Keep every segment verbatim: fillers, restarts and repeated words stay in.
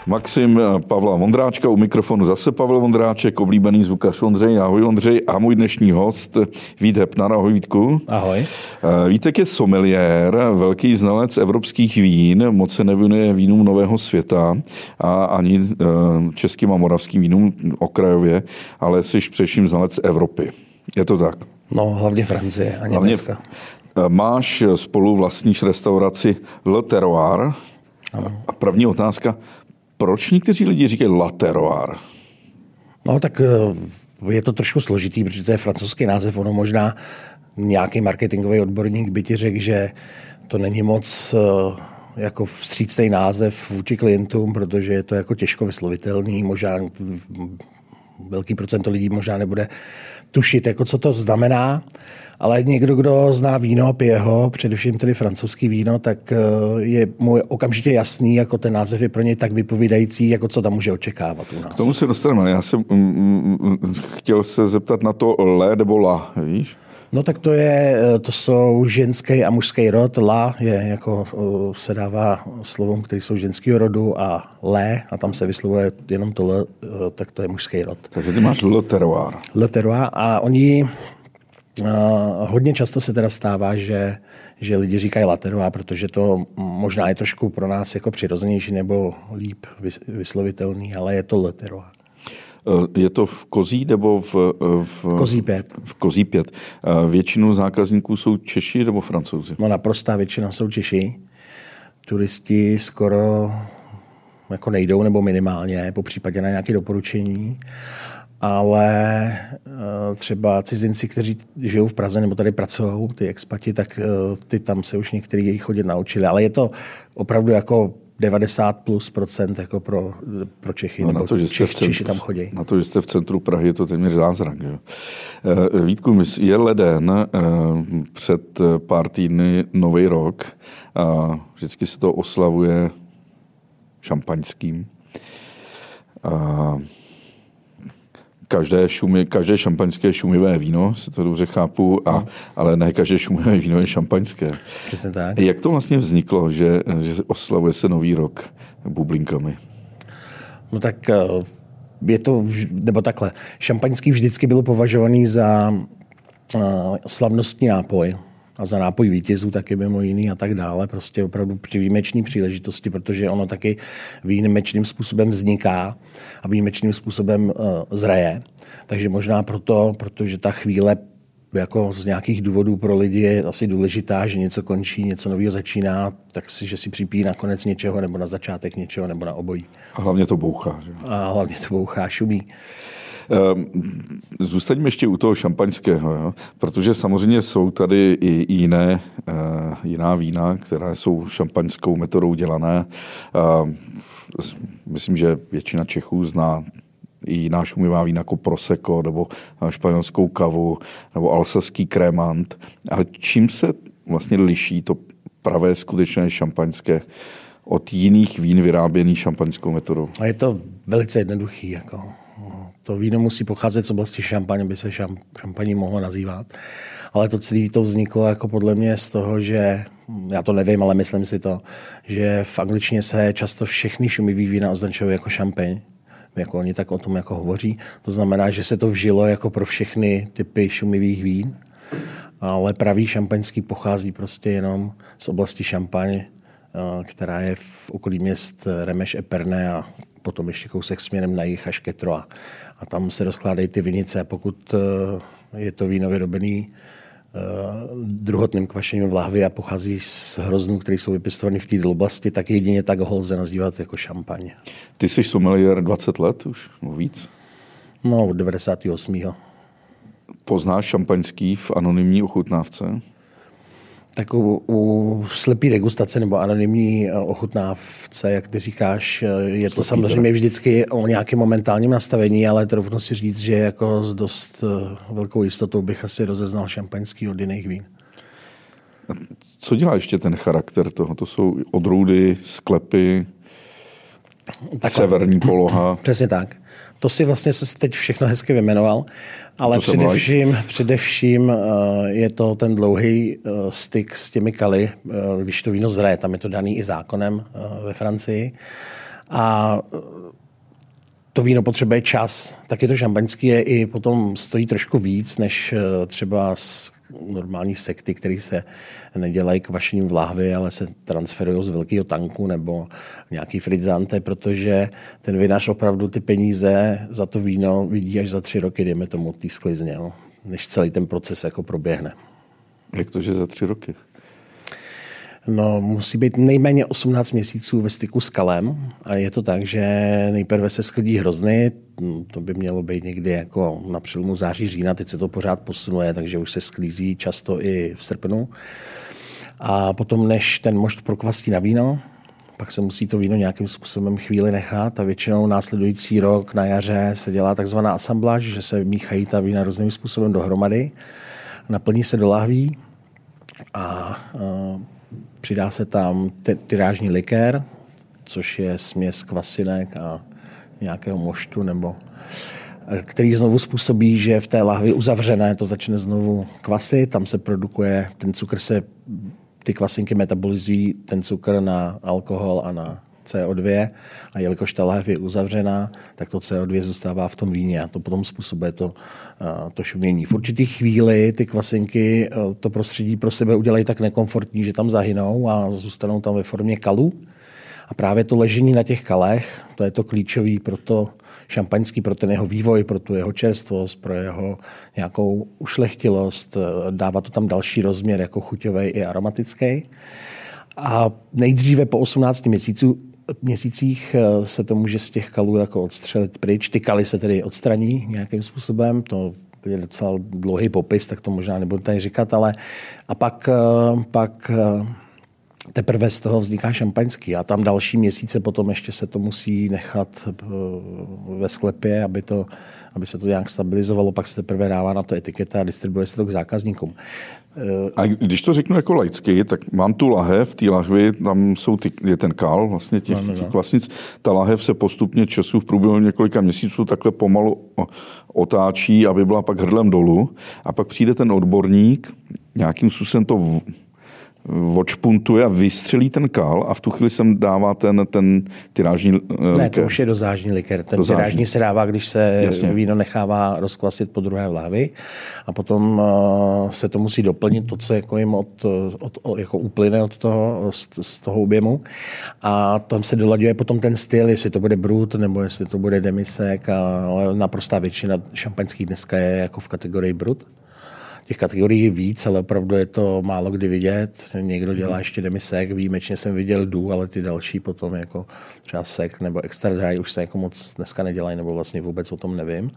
Maxim Pavla Vondráčka, u mikrofonu zase Pavel Vondráček, oblíbený zvukař Ondřej. Ahoj Ondřej a můj dnešní host Vít Hepnar. Ahoj Vítku. Ahoj. Vítek je sommeliér, velký znalec evropských vín, moc se nevěnuje vínům nového světa a ani českým a moravským vínům okrajově, ale jsi především znalec Evropy. Je to tak? No, hlavně Francie a Německa. Hlavně máš spolu vlastníš restauraci Le Terroir. Ano. A první otázka, proč někteří lidi říkají La Terroir? No tak je to trošku složitý, protože to je francouzský název. Ono možná nějaký marketingový odborník by ti řekl, že to není moc jako vstřícný název vůči klientům, protože je to jako těžko vyslovitelný. Možná velký procento lidí možná nebude tušit, jako co to znamená. Ale někdo, kdo zná víno a pije ho, především tedy francouzský víno, tak je mu okamžitě jasný, jako ten název je pro něj tak vypovídající, jako co tam může očekávat u nás. K tomu se dostaneme. Já jsem mm, chtěl se zeptat na to le nebo la, víš? No tak to je, to jsou ženský a mužský rod. La je jako se dává slovům, které jsou ženského rodu, a le, a tam se vyslovuje jenom to le, tak to je mužský rod. Takže ty máš Le Terroir. Le Terroir a oni Uh, hodně často se teda stává, že, že lidi říkají La Terroir, protože to možná je trošku pro nás jako přirozenější nebo líp vyslovitelný, ale je to Le Terroir. Je to v Kozí nebo v... v Kozí pět. V Kozí pět. Většinou zákazníků jsou Češi nebo Francouzi? No naprostá většina jsou Češi. Turisti skoro jako nejdou, nebo minimálně, po případě na nějaké doporučení. Ale třeba cizinci, kteří žijou v Praze nebo tady pracují, ty expati, tak ty tam se už některý chodit naučili. Ale je to opravdu jako devadesát plus procent jako pro, pro Čechy, no, nebo to, Čech, centru, Češi tam chodí. Na to, že jste v centru Prahy, je to téměř zázrak. Že? Vítku, je leden, před pár týdny Nový rok a vždycky se to oslavuje šampaňským. A Každé, šumy, každé šampaňské šumivé víno, si to dobře chápu, a, no. ale ne každé šumivé víno je šampaňské. Přesně tak. Jak to vlastně vzniklo, že, že oslavuje se Nový rok bublinkami? No tak je to, nebo takhle, šampaňský vždycky byl považovaný za uh, slavnostní nápoj a za nápoj vítězů taky mimo jiný a tak dále. Prostě opravdu při výjimečné příležitosti, protože ono taky výjimečným způsobem vzniká a výjimečným způsobem uh, zraje. Takže možná proto, protože ta chvíle jako z nějakých důvodů pro lidi je asi důležitá, že něco končí, něco nového začíná, tak si, že si připíjí na konec něčeho, nebo na začátek něčeho, nebo na obojí. A hlavně to bouchá. Že? A hlavně to bouchá, šumí. Zůstaňme ještě u toho šampaňského, jo? Protože samozřejmě jsou tady i jiné, jiná vína, která jsou šampaňskou metodou dělané. Myslím, že většina Čechů zná i jiná šumivá vína jako Prosecco, nebo španělskou kavu, nebo alsaský krémant. Ale čím se vlastně liší to pravé skutečné šampaňské od jiných vín vyráběných šampaňskou metodou? A je to velice jednoduchý, jako... To víno musí pocházet z oblasti šampaň, aby se šampaní mohlo nazývat. Ale to celé to vzniklo jako podle mě z toho, že, já to nevím, ale myslím si to, že v angličtině se často všechny šumivý vína označují jako šampaň. Jako oni tak o tom jako hovoří. To znamená, že se to vžilo jako pro všechny typy šumivých vín. Ale pravý šampaňský pochází prostě jenom z oblasti Šampaň, která je v okolí měst Remeš-Epernay a potom ještě kousek směrem na jih až ke Troyes. A tam se rozkládají ty vinice. Pokud je to víno vyrobený druhotným kvašením v lahvi a pochází z hroznů, které jsou vypěstovány v této oblasti, tak jedině tak ho lze nazývat jako šampaň. Ty jsi sommeliér dvacet let už, nebo víc? No, od devadesátého osmého Poznáš šampaňský v anonymní ochutnávce? Tak u, u slepý degustace nebo anonymní ochutnávce, jak ty říkáš, je to Slepý samozřejmě teda. Vždycky o nějakém momentálním nastavení, ale troufnu si říct, že jako s dost velkou jistotou bych asi rozeznal šampaňský od jiných vín. A co dělá ještě ten charakter toho? To jsou odrůdy, sklepy, Takhle. severní poloha. Přesně tak. To si vlastně se teď všechno hezky vyjmenoval, ale především, především je to ten dlouhý styk s těmi kaly, když to víno zraje, tam je to daný i zákonem ve Francii. A to víno potřebuje čas. Taky to šampaňský je i potom stojí trošku víc, než třeba z normální sekty, které se nedělají kvašením v lahvi, ale se transferují z velkého tanku nebo nějaký frizzante, protože ten vinař opravdu ty peníze za to víno vidí až za tři roky, dejme tomu tý sklizně, no, než celý ten proces jako proběhne. Jak to, že za tři roky? No, musí být nejméně osmnáct měsíců ve styku s kalem a je to tak, že nejprve se sklidí hrozny, to by mělo být někdy jako na přelomu září, října, teď se to pořád posunuje, takže už se sklízí často i v srpnu. A potom, než ten mošt prokvasí na víno, pak se musí to víno nějakým způsobem chvíli nechat a většinou následující rok na jaře se dělá takzvaná asambláž, že se míchají ta vína různým způsobem dohromady, naplní se do lahví a, a přidá se tam tyrážní likér, což je směs kvasinek a nějakého moštu, nebo který znovu způsobí, že v té lahvi uzavřené to začne znovu kvasit, tam se produkuje, ten cukr se, ty kvasinky metabolizují ten cukr na alkohol a na C O dva a jelikož ta láhev je uzavřená, tak to C O dva zůstává v tom víně a to potom způsobuje to, to šumění. V určitý chvíli ty kvasinky to prostředí pro sebe udělají tak nekomfortní, že tam zahynou a zůstanou tam ve formě kalů. A právě to ležení na těch kalech, to je to klíčový pro to šampaňský, pro ten jeho vývoj, pro tu jeho čerstvost, pro jeho nějakou ušlechtilost, dává to tam další rozměr jako chuťový i aromatický. A nejdříve po osmnácti měsíců, měsících se to může z těch kalů jako odstřelit pryč. Ty kaly se tedy odstraní nějakým způsobem, to je docela dlouhý popis, tak to možná nebudu tady říkat, ale a pak, pak teprve z toho vzniká šampaňský a tam další měsíce potom ještě se to musí nechat ve sklepě, aby, to, aby se to nějak stabilizovalo, pak se teprve dává na to etiketa a distribuje se to k zákazníkům. A když to řeknu jako laicky, tak mám tu lahev, v té lahvi tam jsou ty, je ten kál vlastně těch, no, no, no. těch kvasnic. Ta lahev se postupně času v průběhu několika měsíců takhle pomalu otáčí, aby byla pak hrdlem dolů a pak přijde ten odborník, nějakým způsobem to v, odšpuntuje a vystřelí ten kál a v tu chvíli sem dává ten, ten tyrážní likér. Ne, to už je dozážní likér. Ten dozážní. Tyrážní se dává, když se Jasně. víno nechává rozkvasit po druhé v lahvi a potom uh, se to musí doplnit, to, co jako jim od, od, od, jako uplyne od toho, z, z toho objemu. A tam se dolaďuje potom ten styl, jestli to bude brut nebo jestli to bude demisek. A, ale naprostá většina šampaňských dneska je jako v kategorii brut. Těch kategorií víc, ale opravdu je to málo kdy vidět. Někdo dělá ještě demisek, výjimečně jsem viděl dů, ale ty další potom jako třeba sek nebo extra dry už se jako moc dneska nedělají, nebo vlastně vůbec o tom nevím.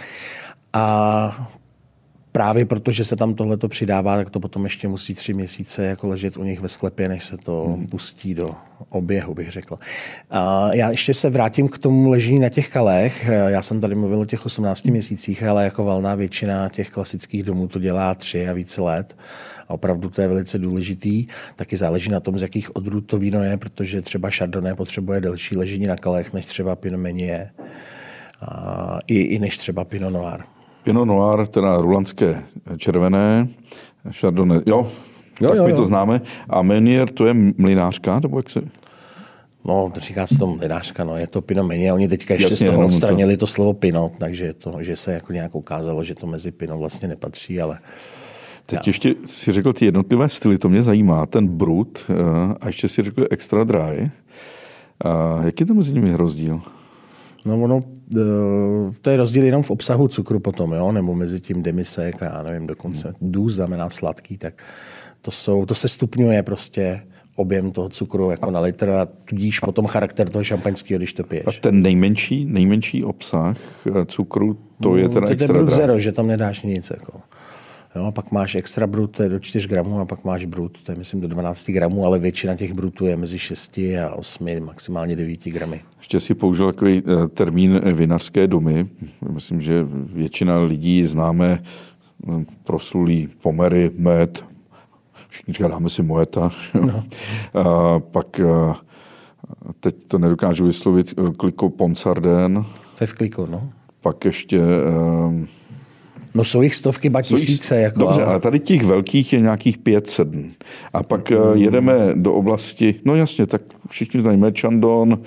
A právě protože se tam tohleto přidává, tak to potom ještě musí tři měsíce jako ležet u nich ve sklepě, než se to hmm. pustí do oběhu, bych řekl. A já ještě se vrátím k tomu ležení na těch kalech. Já jsem tady mluvil o těch osmnácti měsících, ale jako valná většina těch klasických domů to dělá tři a více let. A opravdu to je velice důležitý. Taky záleží na tom, z jakých odrůd to víno je, protože třeba Chardonnay potřebuje delší ležení na kalech, než třeba Pinot Meunier a i, i než třeba Pinot Noir. Pinot Noir, teda rulandské červené, Chardonnay, jo, jo tak jo, my jo. to známe. A Meunier, to je mlynářka, nebo jak se... No, říká se to mlynářka, no, je to Pinot Meunier. Oni teďka ještě Jasně, z toho odstranili to... to slovo Pinot, takže to, že se jako nějak ukázalo, že to mezi Pinot vlastně nepatří, ale... Teď já. ještě si řekl ty jednotlivé styly, to mě zajímá, ten brut a ještě si řekl extra dry. A jaký je to mezi nimi rozdíl? No ono, to je rozdíl jenom v obsahu cukru potom, jo? Nebo mezi tím demisek a já nevím, dokonce důz znamená sladký, tak to, jsou, to se stupňuje prostě objem toho cukru jako na litr a tudíž potom charakter toho šampaňského, když to piješ. A ten nejmenší, nejmenší obsah cukru, to je teda no, extra dry. To je zero, že tam nedáš nic. Jako. Jo, pak máš extra brut, to je do čtyři gramů a pak máš brut, to je myslím do dvanáct gramů, ale většina těch brutů je mezi šesti a osmi, maximálně devěti gramy. Ještě si použil takový termín vinařské domy. Myslím, že většina lidí známe proslulý Pomery, med, všichni říkají, dáme si Moeta. No. A pak teď to nedokážu vyslovit, Clicquot Ponsardin. To je v Clicquot, no. Pak ještě... No jsou jich stovky, ba tisíce. Jako, Dobře, ale... ale tady těch velkých je nějakých pět, sedm. A pak mm. jedeme do oblasti, no jasně, tak všichni znají Chandon,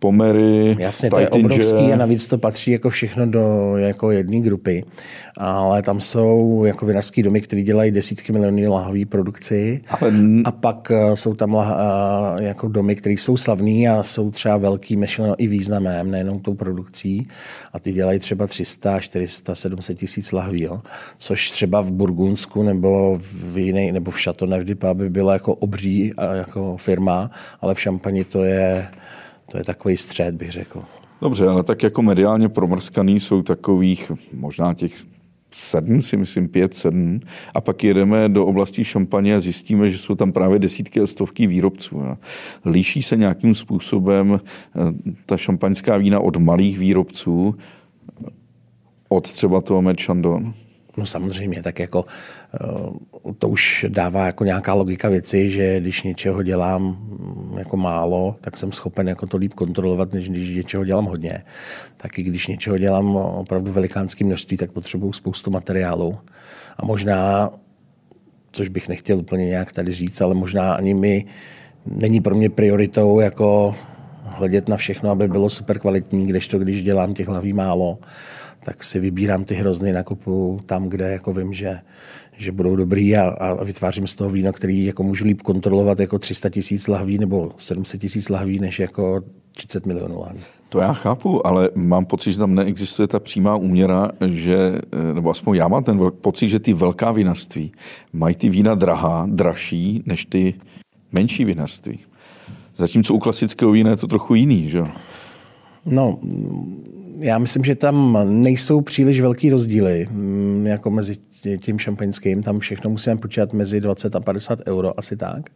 pomery. Jasně, to je obrovský a navíc to patří jako všechno do jako jedné grupy. Ale tam jsou jako vinařský domy, které dělají desítky milionů lahví produkci. Ale... A pak jsou tam lah, jako domy, které jsou slavný a jsou třeba velký myšleno i významem, nejenom tou produkcí. A ty dělají třeba tři sta, čtyři sta, sedm set tisíc lahví. Jo? Což třeba v Burgundsku nebo v jiný, nebo v Chateauneuf du Pape by byla jako obří jako firma, ale v Šampani to je, to je takový střed, bych řekl. Dobře, ale tak jako mediálně promrskaný jsou takových možná těch sedm, si myslím, pět, sedm. A pak jedeme do oblasti Šampaně a zjistíme, že jsou tam právě desítky a stovky výrobců. Liší se nějakým způsobem ta šampaňská vína od malých výrobců, od třeba toho Met Chandon? No samozřejmě, tak jako to už dává jako nějaká logika věci, že když něčeho dělám jako málo, tak jsem schopen jako to líp kontrolovat, než když něčeho dělám hodně. Tak i když něčeho dělám opravdu velikánské množství, tak potřebuju spoustu materiálu. A možná, což bych nechtěl úplně nějak tady říct, ale možná ani mi není pro mě prioritou jako hledět na všechno, aby bylo super kvalitní, kdežto když dělám těch lahví málo, tak si vybírám ty hrozny, nakupuju tam, kde jako vím, že, že budou dobrý a, a vytvářím z toho víno, který jako můžu líp kontrolovat jako tři sta tisíc lahví nebo sedm set tisíc lahví, než jako třicet milionů lahví. To já chápu, ale mám pocit, že tam neexistuje ta přímá úměra, že, nebo aspoň já mám ten pocit, že ty velká vinařství mají ty vína drahá, dražší než ty menší vinařství. Zatímco u klasického vína je to trochu jiný, že? No, já myslím, že tam nejsou příliš velký rozdíly jako mezi tím šampaňským. Tam všechno musíme počítat mezi dvacet a padesát euro, asi tak.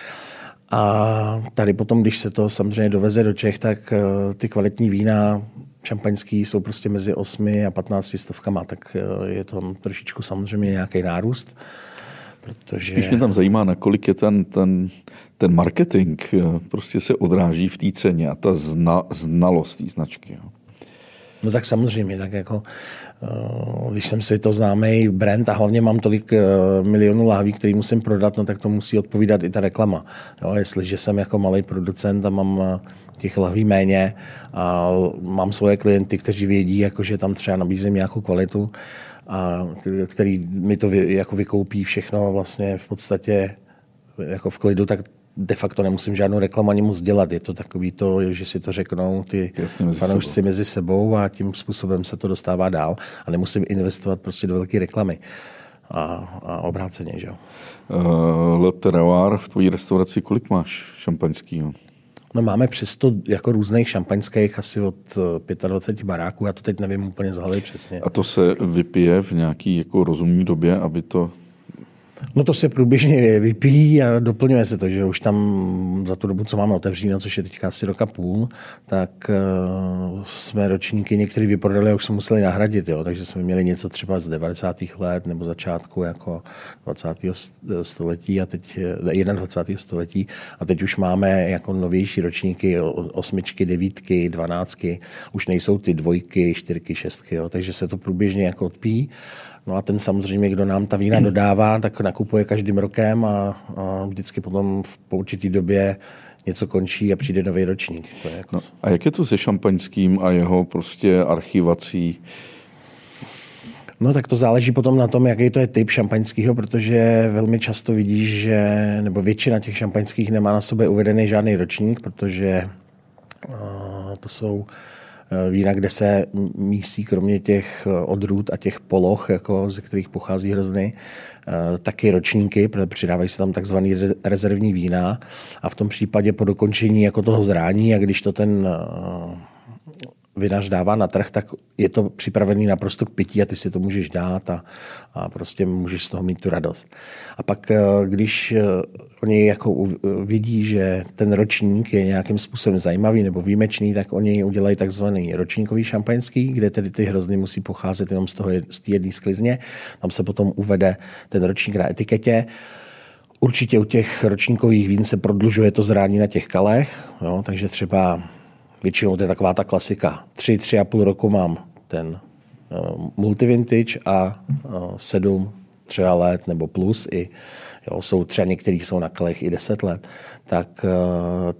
A tady potom, když se to samozřejmě doveze do Čech, tak ty kvalitní vína šampaňský jsou prostě mezi osmi a patnácti stovkama, tak je to trošičku samozřejmě nějaký nárůst. Protože... Spíš mě tam zajímá, nakolik je ten, ten, ten marketing prostě se odráží v té ceně a ta zna, znalost té značky. Jo. No tak samozřejmě, tak jako když jsem světoznámý brand a hlavně mám tolik milionů lahví, který musím prodat, no tak to musí odpovídat i ta reklama. Jo, jestliže jsem jako malý producent a mám těch lahví méně a mám svoje klienty, kteří vědí, jako, že tam třeba nabízím nějakou kvalitu, a který mi to vy, jako vykoupí všechno vlastně v podstatě jako v klidu, tak de facto nemusím žádnou reklamu ani moc dělat. Je to takový to, že si to řeknou ty fanoušci mezi sebou a tím způsobem se to dostává dál a nemusím investovat prostě do velké reklamy a, a obráceně. Že? Uh, Le Terroir, v tvojí restauraci kolik máš šampaňskýho? No máme přes to jako různých šampaňských asi od dvacet pět baráků, já to teď nevím úplně z hlavy přesně. A to se vypije v nějaký jako rozumní době, aby to... No to se průběžně vypíjí a doplňuje se to, že už tam za tu dobu, co máme otevřeno, což je teďka asi roka půl, tak uh, jsme ročníky některý vyprodali a už jsme museli nahradit, jo? Takže jsme měli něco třeba z devadesátých let nebo začátku jako dvacátého století a teď dvacátého prvního století a teď už máme jako novější ročníky, osmičky, devítky, dvanáctky, už nejsou ty dvojky, čtyřky, šestky, jo? Takže se to průběžně jako odpíjí. No a ten samozřejmě, kdo nám ta vína dodává, tak nakupuje každým rokem a, a vždycky potom v po určitý době něco končí a přijde nový ročník. To je jako... no, a jak je to se šampaňským a jeho prostě archivací? No tak to záleží potom na tom, jaký to je typ šampaňského, protože velmi často vidíš, že nebo většina těch šampaňských nemá na sobě uvedený žádný ročník, protože uh, to jsou vína, kde se mísí kromě těch odrůd a těch poloh, jako, ze kterých pochází hrozny, taky ročníky, protože přidávají se tam takzvaný rezervní vína a v tom případě po dokončení jako toho zrání a když to ten vinař dává na trh, tak je to připravený naprosto k pití a ty si to můžeš dát a, a prostě můžeš z toho mít tu radost. A pak, když oni jako vidí, že ten ročník je nějakým způsobem zajímavý nebo výjimečný, tak oni udělají takzvaný ročníkový šampaňský, kde tedy ty hrozny musí pocházet jenom z toho z té jedné sklizně. Tam se potom uvede ten ročník na etiketě. Určitě u těch ročníkových vín se prodlužuje to zrání na těch kalech, jo, takže třeba většinou to je taková ta klasika. Tři, tři a půl roku mám ten uh, multivintage a uh, sedm třeba let nebo plus i, jo, jsou třeba některý jsou na kalech i deset let, tak, uh, tak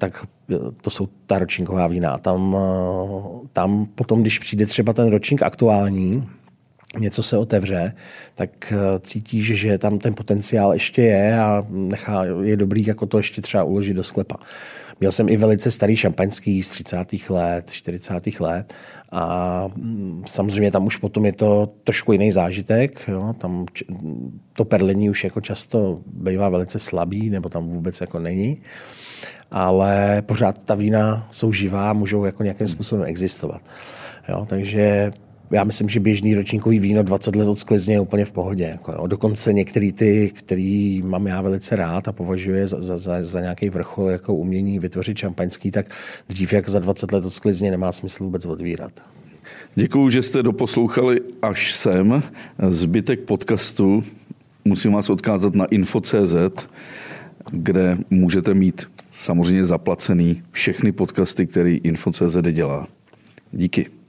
to jsou ta ročníková vína. Tam, tam potom, když přijde třeba ten ročník aktuální, něco se otevře, tak cítíš, že tam ten potenciál ještě je a nechá, je dobrý jako to ještě třeba uložit do sklepa. Měl jsem i velice starý šampaňský z třicátých let, čtyřicátých let a samozřejmě tam už potom je to trošku jiný zážitek. Jo? Tam to perlení už jako často bývá velice slabý, nebo tam vůbec jako není. Ale pořád ta vína jsou živá, můžou jako nějakým způsobem existovat. Jo? Takže já myslím, že běžný ročníkový víno dvacet let od sklizně je úplně v pohodě. Jako, jo. Dokonce některý ty, který mám já velice rád a považuji za, za, za nějaký vrchol jako umění vytvořit šampaňský, tak dřív jak za dvacet let od sklizně nemá smysl vůbec otvírat. Děkuju, že jste doposlouchali až sem. Zbytek podcastu musím vás odkázat na info tečka cé zet, kde můžete mít samozřejmě zaplacený všechny podcasty, které info tečka cé zet dělá. Díky.